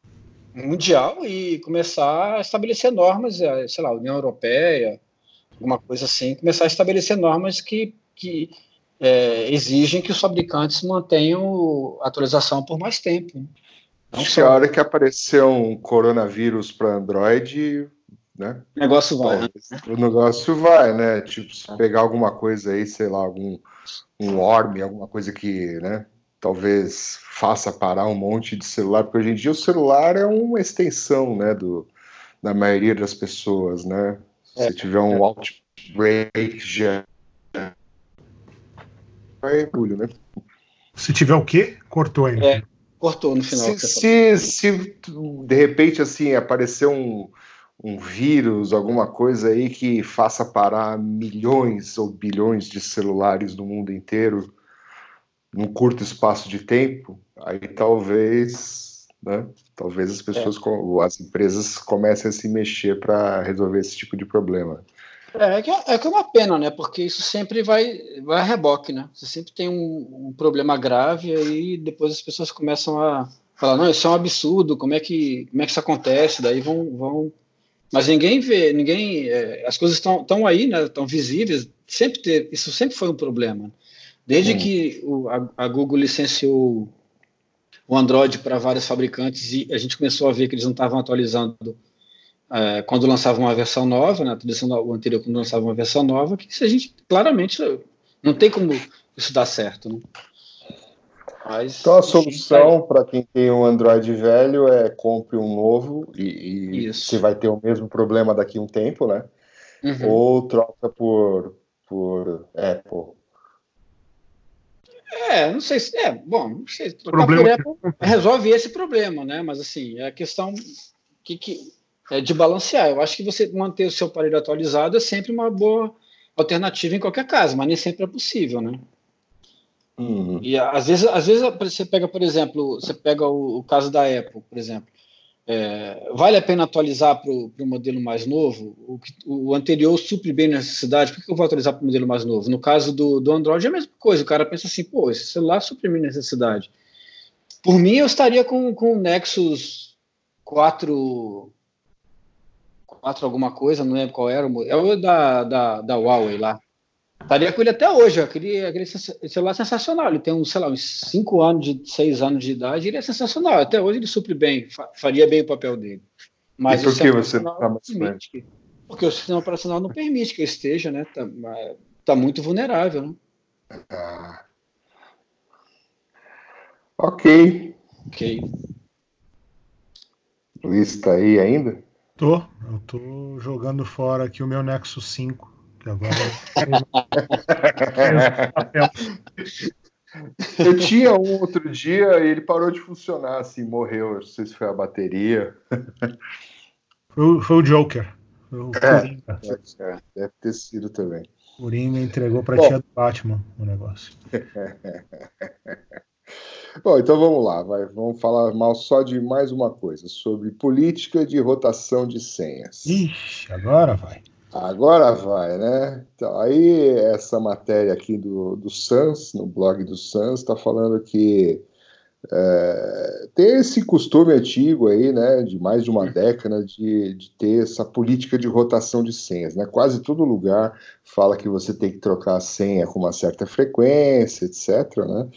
mundial e começar a estabelecer normas, eh, sei lá, União Europeia, alguma coisa assim, começar a estabelecer normas que, que eh, exigem que os fabricantes mantenham a atualização por mais tempo. Não Acho que a só. hora que aparecer um coronavírus para Android, né? O negócio vai, né? talvez o negócio vai, né? Tipo, se pegar alguma coisa aí, sei lá, algum um worm, alguma coisa que, né? Talvez faça parar um monte de celular, porque hoje em dia o celular é uma extensão, né? Do, da maioria das pessoas, né? Se É. tiver um outbreak, já é barulho, né? Se tiver o quê? Cortou aí. É. Cortou no final. Se, que você falou. se, se de repente assim aparecer um, um vírus, alguma coisa aí que faça parar milhões ou bilhões de celulares no mundo inteiro num curto espaço de tempo, aí talvez né? Talvez as pessoas, é. as empresas comecem a se mexer para resolver esse tipo de problema. É, é, que, é que é uma pena, né? Porque isso sempre vai, vai a reboque, né? Você sempre tem um, um problema grave e aí depois as pessoas começam a falar, não, isso é um absurdo, como é que, como é que isso acontece? Daí vão... vão... Mas ninguém vê, ninguém... É, as coisas estão aí, né? Estão visíveis. Sempre teve, isso sempre foi um problema. Desde hum. que o, a, a Google licenciou o Android para vários fabricantes e a gente começou a ver que eles não estavam atualizando é, quando lançavam uma versão nova, na atualização do anterior, quando lançavam uma versão nova, que isso a gente claramente não tem como isso dar certo, né? Mas, então a solução para quem tem um Android velho é compre um novo e, e você vai ter o mesmo problema daqui a um tempo, né? Uhum. Ou troca por, por Apple. É, não sei se... É, bom, não sei. Trocar por Apple resolve esse problema, né? Mas, assim, é a questão que, que, é de balancear. Eu acho que você manter o seu aparelho atualizado é sempre uma boa alternativa em qualquer caso, mas nem sempre é possível, né? Uhum. E às vezes, às vezes você pega, por exemplo, você pega o, o caso da Apple, por exemplo. É, vale a pena atualizar para o modelo mais novo? O, o anterior supre bem a necessidade, por que eu vou atualizar para o modelo mais novo? No caso do, do Android é a mesma coisa, o cara pensa assim, pô, esse celular supre minha necessidade. Por mim, eu estaria com, com o Nexus quatro, quatro alguma coisa, não lembro qual era, é o da, da, da Huawei lá. Estaria com ele até hoje, aquele, aquele celular sensacional. Ele tem, um, sei lá, uns cinco anos, de seis anos de idade, ele é sensacional. Até hoje ele supre bem, faria bem o papel dele. Mas e por que você não está mais permite, porque o sistema operacional não permite que ele esteja, né? Está tá muito vulnerável, né? Ah. Ok. Ok. Luiz está aí ainda? Tô. Eu tô jogando fora aqui o meu Nexus cinco. Que agora eu tinha um outro dia e ele parou de funcionar, assim, morreu. Não sei se foi a bateria. Foi, foi o Joker. Foi o é, é, deve ter sido também. O Coringa entregou pra Bom. tia do Batman o negócio. Bom, então vamos lá, vai, vamos falar mal só de mais uma coisa, sobre política de rotação de senhas. Ixi, agora vai. Agora vai, né? Então, aí essa matéria aqui do, do Sans, no blog do Sans, está falando que é, tem esse costume antigo aí, né, de mais de uma década de, de ter essa política de rotação de senhas, né? Quase todo lugar fala que você tem que trocar a senha com uma certa frequência, etcétera, né?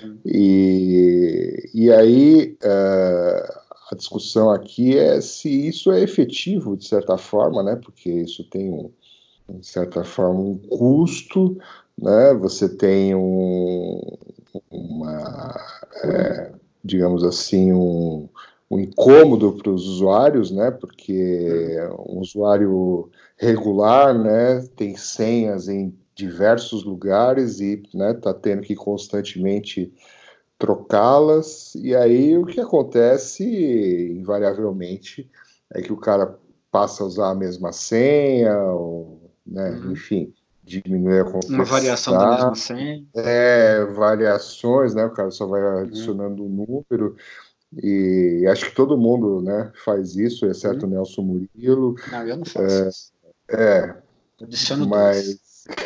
E, e aí... É, a discussão aqui é se isso é efetivo, de certa forma, né? Porque isso tem, um, de certa forma, um custo, né? Você tem um, uma, é, digamos assim, um, um incômodo para os usuários, né? Porque um usuário regular, né, tem senhas em diversos lugares e, né, tá tendo que constantemente trocá-las, e aí o que acontece, invariavelmente, é que o cara passa a usar a mesma senha, ou, né, uhum. enfim, diminui a complexidade. Uma variação da mesma senha. É, variações, né, o cara só vai adicionando um uhum. número, e acho que todo mundo, né, faz isso, exceto uhum. o Nelson Murilo. Não, eu não faço é, isso. É, adiciono mas... dois.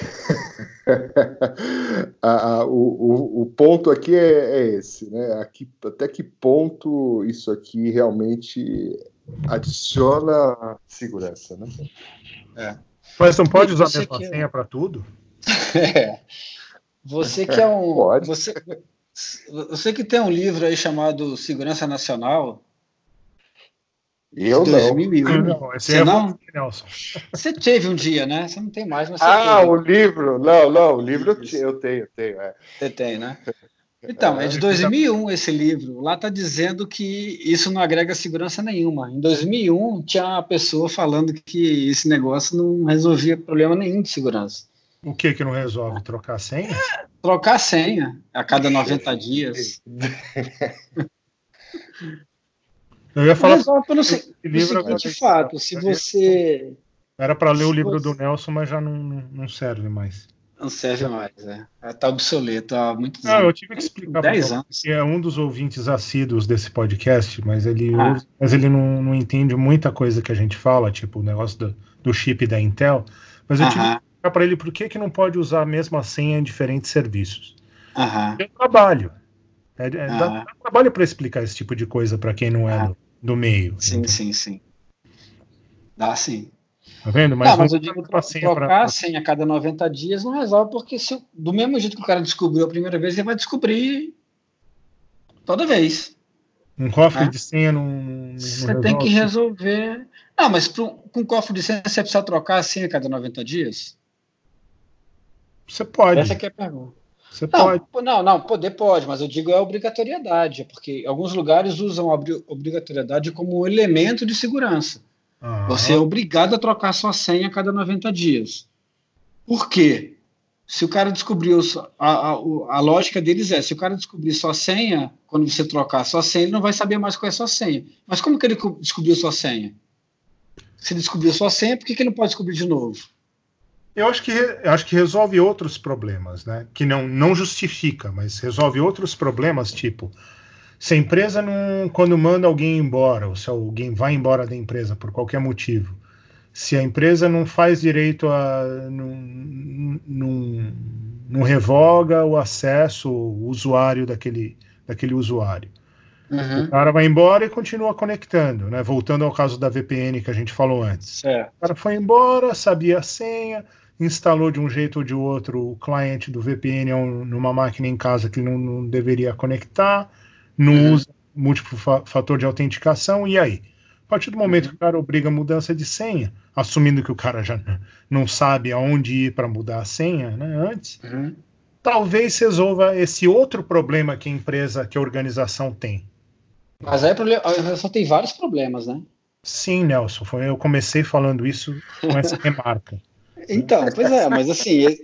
a, a, o, o, o ponto aqui é, é esse, né? Aqui, até que ponto isso aqui realmente adiciona segurança, né? É. Mas não pode usar a mesma que... senha para tudo? É. Você que é um. Pode. Você, você que tem um livro aí chamado Segurança Nacional. Eu dois mil e um. Não, você é não? Nelson. Você teve um dia, né? Você não tem mais, mas você Ah, teve. o livro. Não, não, o livro eu, eu tenho, eu tenho. É. Você tem, né? Então, é de dois mil e um esse livro. Lá está dizendo que isso não agrega segurança nenhuma. Em dois mil e um, tinha uma pessoa falando que esse negócio não resolvia problema nenhum de segurança. O que que não resolve? Trocar a senha? É, trocar a senha a cada noventa dias. Eu ia falar resolve pelo se... livro seguinte fato, se você... Era para ler o livro você... do Nelson, mas já não, não serve mais. Não serve mais, né? Está obsoleto há muitos Não, eu anos. tive que explicar para dez você anos. que é um dos ouvintes assíduos desse podcast, mas ele, Ah. ouve- mas ele não, não entende muita coisa que a gente fala, tipo o negócio do, do chip da Intel. Mas eu tive que Aham, explicar para ele por que, que não pode usar a mesma senha em diferentes serviços. aham, É trabalho. É, é- dá, aham. dá trabalho para explicar esse tipo de coisa para quem não é Ah. do, do meio. Sim, entendeu? sim, sim. Dá sim. Tá vendo? Mas Não, mas não eu usa a digo, mesma tro- senha trocar pra- a senha a cada noventa dias não resolve, porque se, eu- do mesmo jeito que o cara descobriu a primeira vez, ele vai descobrir toda vez. um cofre Ah. de senha não, não Você tem que resolve. resolver. Não, mas pro- com cofre de senha você precisa trocar a senha a cada noventa dias? Você pode. Essa que é a pergunta. Você Não, pode. pô, não, não, poder pode, mas eu digo é obrigatoriedade, porque alguns lugares usam a obri- obrigatoriedade como um elemento de segurança. Ah, Você é obrigado a trocar sua senha a cada noventa dias. Por quê? Se o cara descobriu. sua- A, a, o- a lógica deles é: se o cara descobrir sua senha, quando você trocar sua senha, ele não vai saber mais qual é a sua senha. Mas como que ele co- descobriu sua senha? Se ele descobriu sua senha, por que, que ele não pode descobrir de novo? Eu acho que, eu acho que resolve outros problemas, né? Que não, não justifica, mas resolve outros problemas, tipo, se a empresa não, quando manda alguém embora, ou se alguém vai embora da empresa por qualquer motivo, se a empresa não faz direito a. não, não, não revoga o acesso, o usuário daquele, daquele usuário. Uhum. O cara vai embora e continua conectando, né? Voltando ao caso da V P N que a gente falou antes. Certo. O cara foi embora, sabia a senha, instalou de um jeito ou de outro o cliente do V P N numa máquina em casa que não, não deveria conectar, não Uhum. usa múltiplo fa- fator de autenticação, e aí? A partir do momento Uhum. que o cara obriga a mudança de senha, assumindo que o cara já n- não sabe aonde ir para mudar a senha, né, antes, Uhum. talvez resolva esse outro problema que a empresa, que a organização tem. Mas aí o problema- a organização tem vários problemas, né? Sim, Nelson, foi, eu comecei falando isso com essa remarca. Então, pois é, mas assim. e-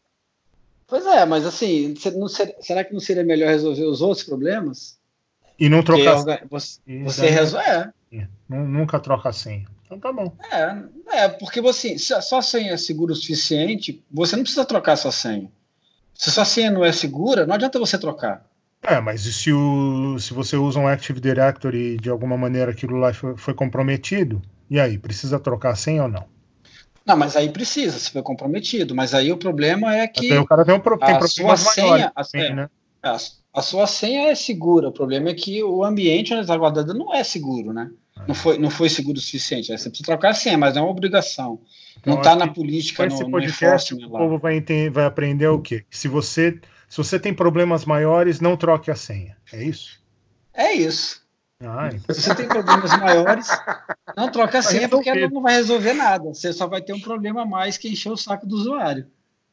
Pois é, mas assim, cê- não ser- será que não seria melhor resolver os outros problems? E não Porque trocar orga- você, senha. você resolve. É, senha. Nu- Nunca troca a senha. Então tá bom. é, é, porque você, se a sua senha é segura o suficiente, você não precisa trocar a sua senha. Se a sua senha não é segura, não adianta você trocar. É, mas e se, o, se você usa um Active Directory e de alguma maneira aquilo lá foi, foi comprometido, e aí, precisa trocar a senha ou não? Não, mas aí precisa, se foi comprometido. Mas aí o problema é que Até o cara tem, um, pro- tem a problemas sua maiores senha, a, também, é, né? a, a sua senha é segura. O problema é que o ambiente onde está guardado não é seguro, né? Não foi, não foi seguro o suficiente. Aí você precisa trocar a senha, mas não é uma obrigação. Então, Não está acho na que política, Com no, esse no podcast, enforcement o lá. povo vai, enten- vai aprender o quê? Que se você, se você tem problemas maiores, não troque a senha. É isso? É isso. Ah, então. Se você tem problemas maiores, não troca a Vai senha porque ela resolver. não vai resolver nada. Você só vai ter um problema a mais que encher o saco do usuário.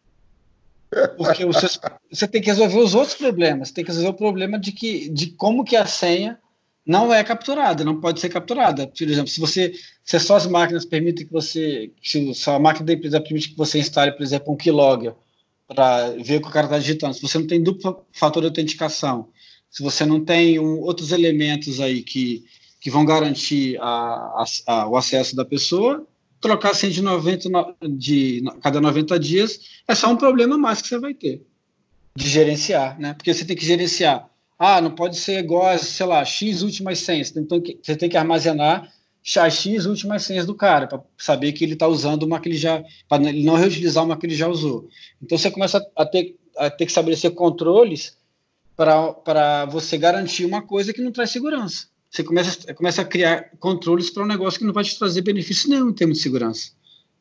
Porque os seus- você tem que resolver os outros problemas. Você tem que resolver o problema de, que, de como que a senha não é capturada, não pode ser capturada. Por exemplo, se você se as suas máquinas permitem que você, se a sua máquina da empresa permite que você instale, por exemplo, um keylogger para ver o que o cara está digitando, se você não tem duplo fator de autenticação, se você não tem um, outros elementos aí que, que vão garantir a, a, a, o acesso da pessoa, trocar a senha de, noventa, no- de no- cada noventa dias é só um problema a mais que você vai ter de gerenciar, né? Porque você tem que gerenciar. Ah, não pode ser igual a, sei lá, X últimas senhas. Então, que- você tem que armazenar as X últimas senhas do cara, para saber que ele está usando uma que ele já. Para ele não reutilizar uma que ele já usou. Então, você começa a ter, a ter que estabelecer controles para você garantir uma coisa que não traz segurança. Você começa, começa a criar controles para um negócio que não vai te trazer benefício nenhum em termos de segurança.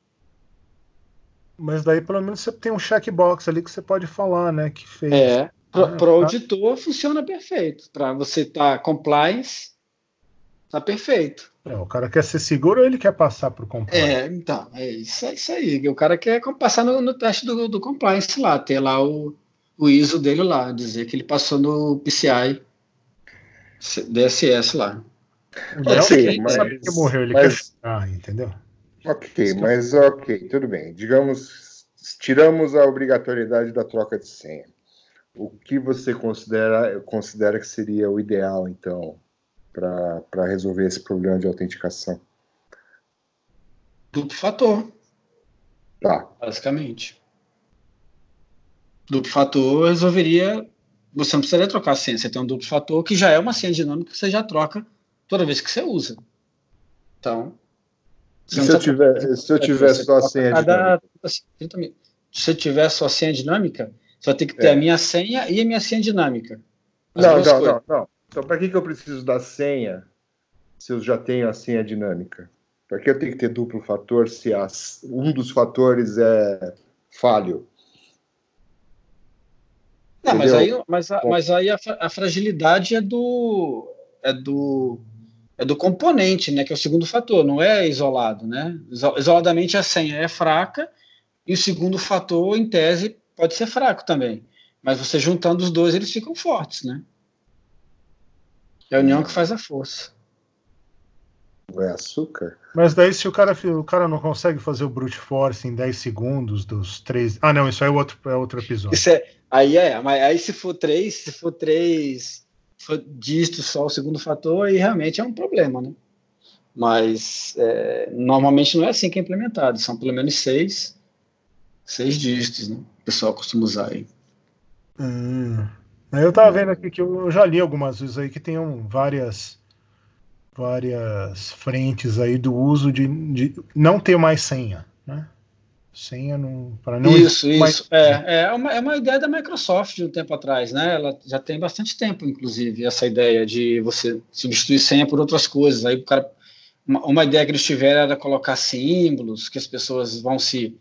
Mas daí pelo menos você tem um checkbox ali que você pode falar, né? Que fez. É, para Ah, o tá. auditor funciona perfeito. Para você estar tá compliance, está perfeito. É, o cara quer ser seguro ou ele quer passar por compliance? É, então, é isso, é isso aí. O cara quer passar no, no teste do, do compliance lá, ter lá o, o I S O dele lá, dizer que ele passou no P C I D S S lá. O Nelson Ok, ele mas- sabe que morreu, ele mas- quer jogar, entendeu? Ok, mas ok, tudo bem. Digamos, tiramos a obrigatoriedade da troca de senha. O que você considera, considera que seria o ideal, então, para resolver esse problema de autenticação? Duplo fator, Tá, basicamente. Duplo fator resolveria. Você não precisaria trocar a senha. Você tem um duplo fator que já é uma senha dinâmica que você já troca toda vez que você usa. Então. E se eu tiver, se eu tiver só a senha dinâmica? Se eu tiver só a senha dinâmica, você vai ter que ter É. a minha senha e a minha senha dinâmica. As Não, duas não, coisas. não, não. Então, para que, que eu preciso da senha se eu já tenho a senha dinâmica? Para que eu tenho que ter duplo fator se as, um dos fatores é falho? Não, mas Entendeu? aí, mas, a, mas aí a, fra- a fragilidade é do, é do é do componente, né? Que é o segundo fator, não é isolado, né? Iso- Isoladamente a senha é fraca e o segundo fator, em tese, pode ser fraco também. Mas você juntando os dois, eles ficam fortes, né? É a união que faz a força. Não é açúcar? Mas daí se o cara, o cara não consegue fazer o brute force em dez segundos dos três. Ah, não, isso aí é outro, é outro episódio. Isso é, aí é, mas aí se for três, se for três, se for dígitos só o segundo fator, aí realmente é um problema, né? Mas é, normalmente não é assim que é implementado, são pelo menos seis, seis dígitos, né? O pessoal costuma usar aí. Hum. Aí eu tava vendo aqui que eu já li algumas vezes aí que tem um, várias várias frentes aí do uso de, de não ter mais senha, né? Senha não para não Isso, existir mais isso. É, é, uma, é uma ideia da Microsoft de um tempo atrás, né? Ela já tem bastante tempo, inclusive, essa ideia de você substituir senha por outras coisas. Aí o cara, uma, uma ideia que eles tiveram era colocar símbolos, que as pessoas vão se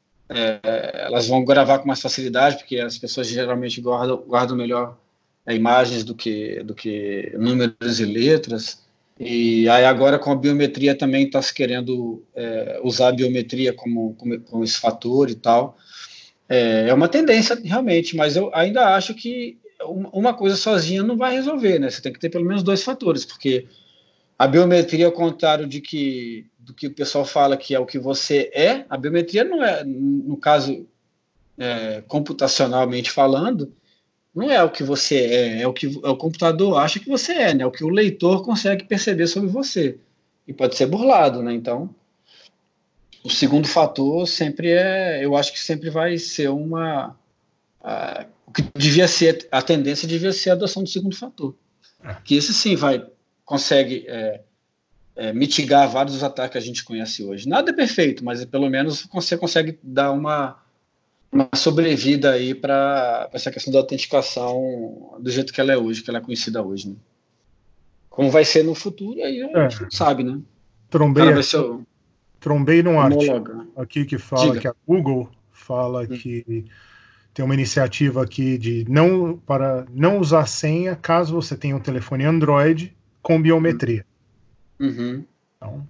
é, elas vão gravar com mais facilidade, porque as pessoas geralmente guardam, guardam melhor é, imagens do que, do que números e letras. E aí agora com a biometria também está se querendo é, usar a biometria como, como, como esse fator e tal. É, é uma tendência realmente, mas eu ainda acho que uma, uma coisa sozinha não vai resolver, né? Você tem que ter pelo menos dois fatores, porque a biometria, ao contrário de que, do que o pessoal fala que é o que você é, a biometria não é, no caso, é, computacionalmente falando, não é o que você é, é o que é o computador acha que você é, né? O que o leitor consegue perceber sobre você. E pode ser burlado, né? Então, o segundo fator sempre é, eu acho que sempre vai ser uma, a, o que devia ser, a tendência devia ser a adoção do segundo fator. Que esse sim vai, consegue é, é, mitigar vários dos ataques que a gente conhece hoje. Nada é perfeito, mas pelo menos você consegue dar uma uma sobrevida aí para essa questão da autenticação do jeito que ela é hoje, que ela é conhecida hoje, né? Como vai ser no futuro, aí a gente não sabe, né? O Trombei, cara vai ser o trombei num artigo homólogo. aqui que fala Diga. que a Google fala que tem uma iniciativa aqui de não para não usar senha caso você tenha um telefone Android com biometria. Uhum. Então,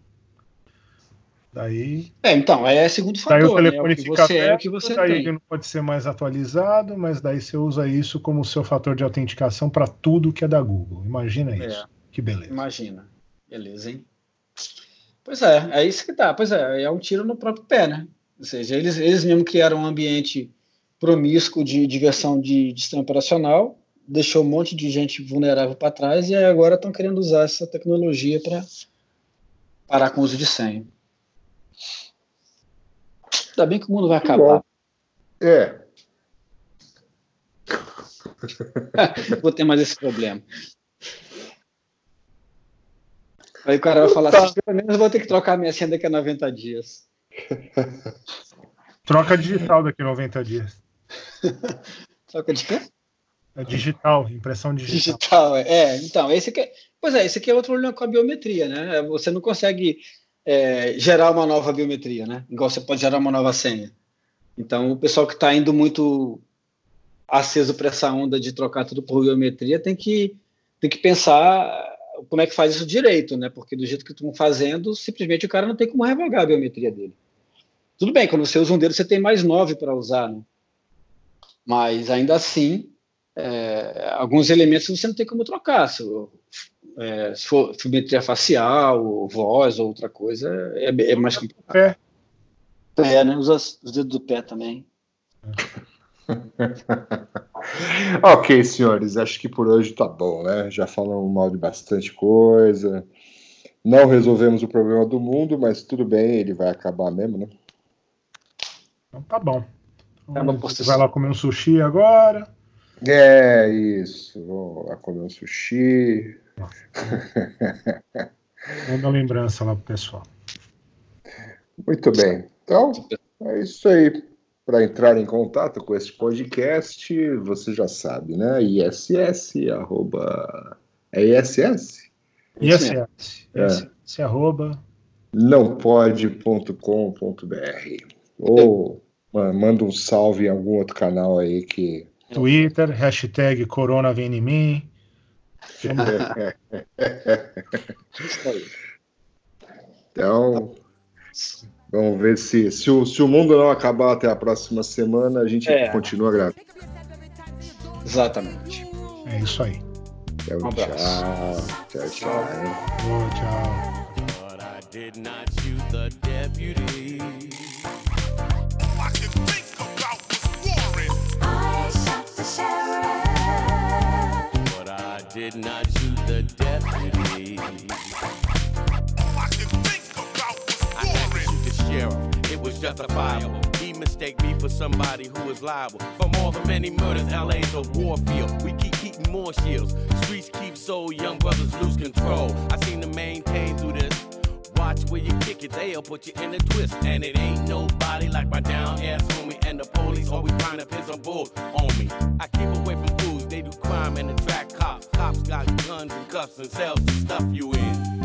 daí, É, então, é segundo daí o fator, né? É telefone o que fica você é, o aberto, que você daí tem. ele não pode ser mais atualizado, mas daí você usa isso como seu fator de autenticação para tudo que é da Google. Imagina isso. É. Que beleza. Imagina. Beleza, hein? Pois é, é isso que tá. Pois é, é um tiro no próprio pé, né? Ou seja, eles, eles mesmo criaram um ambiente promíscuo de diversão de, de sistema operacional, deixou um monte de gente vulnerável para trás e aí agora estão querendo usar essa tecnologia para parar com o uso de senha. Ainda bem que o mundo vai acabar. É. Vou ter mais esse problema. Aí o cara vai falar Tá. assim, pelo menos eu vou ter que trocar minha senha daqui a noventa dias. Troca digital daqui a noventa dias. Troca de quê? É digital, impressão digital. Digital, é. É, então, esse aqui é, pois é, esse aqui é outro problema com a biometria, né? Você não consegue é, gerar uma nova biometria, né? Igual você pode gerar uma nova senha. Então, o pessoal que está indo muito aceso para essa onda de trocar tudo por biometria tem que, tem que pensar como é que faz isso direito, né? Porque do jeito que estão fazendo, simplesmente o cara não tem como revogar a biometria dele. Tudo bem, quando você usa um dedo, você tem mais nove para usar, né? Mas ainda assim, é, alguns elementos você não tem como trocar. Se, é, se for biometria facial, ou voz ou outra coisa, é, é mais complicado. Pé. É, né? Usa os dedos do pé também. Ok, senhores, acho que por hoje tá bom, né? Já falamos mal de bastante coisa. Não resolvemos o problema do mundo, mas tudo bem, ele vai acabar mesmo, né? Então tá bom. uma possessão. Vai lá comer um sushi agora. É isso, vou lá comer um sushi. Manda uma lembrança lá pro pessoal. Muito bem. Então, é isso aí. Para entrar em contato com esse podcast, você já sabe, né? I S S, arroba... É I S S? I S S. É. I S S, arroba... não pode ponto com ponto b r. Ou mano, manda um salve em algum outro canal aí que... Twitter, hashtag Corona vem em mim. Então, vamos ver se, se, o, se o mundo não acabar até a próxima semana, a gente É. continua gravando. Exatamente. É isso aí. Então, Um abraço. tchau, tchau, tchau. Ô, tchau. But I did not shoot the deputy. All I can think about was Warren. I shot the sheriff. But I did not shoot the deputy. All I can think about was I had to Warren. shoot the sheriff. It was justifiable. He mistake me for somebody who is liable. From all the many murders, L A's a war field. We keep heating more shields. Streets keep so young brothers lose control. I seem to maintain through this. Watch where you kick it, they'll put you in a twist. And it ain't nobody like my down ass homie and the police always trying to pin some bull on me. I keep away from fools, they do crime and attract cops. Cops got guns and cuffs and cells to stuff you in.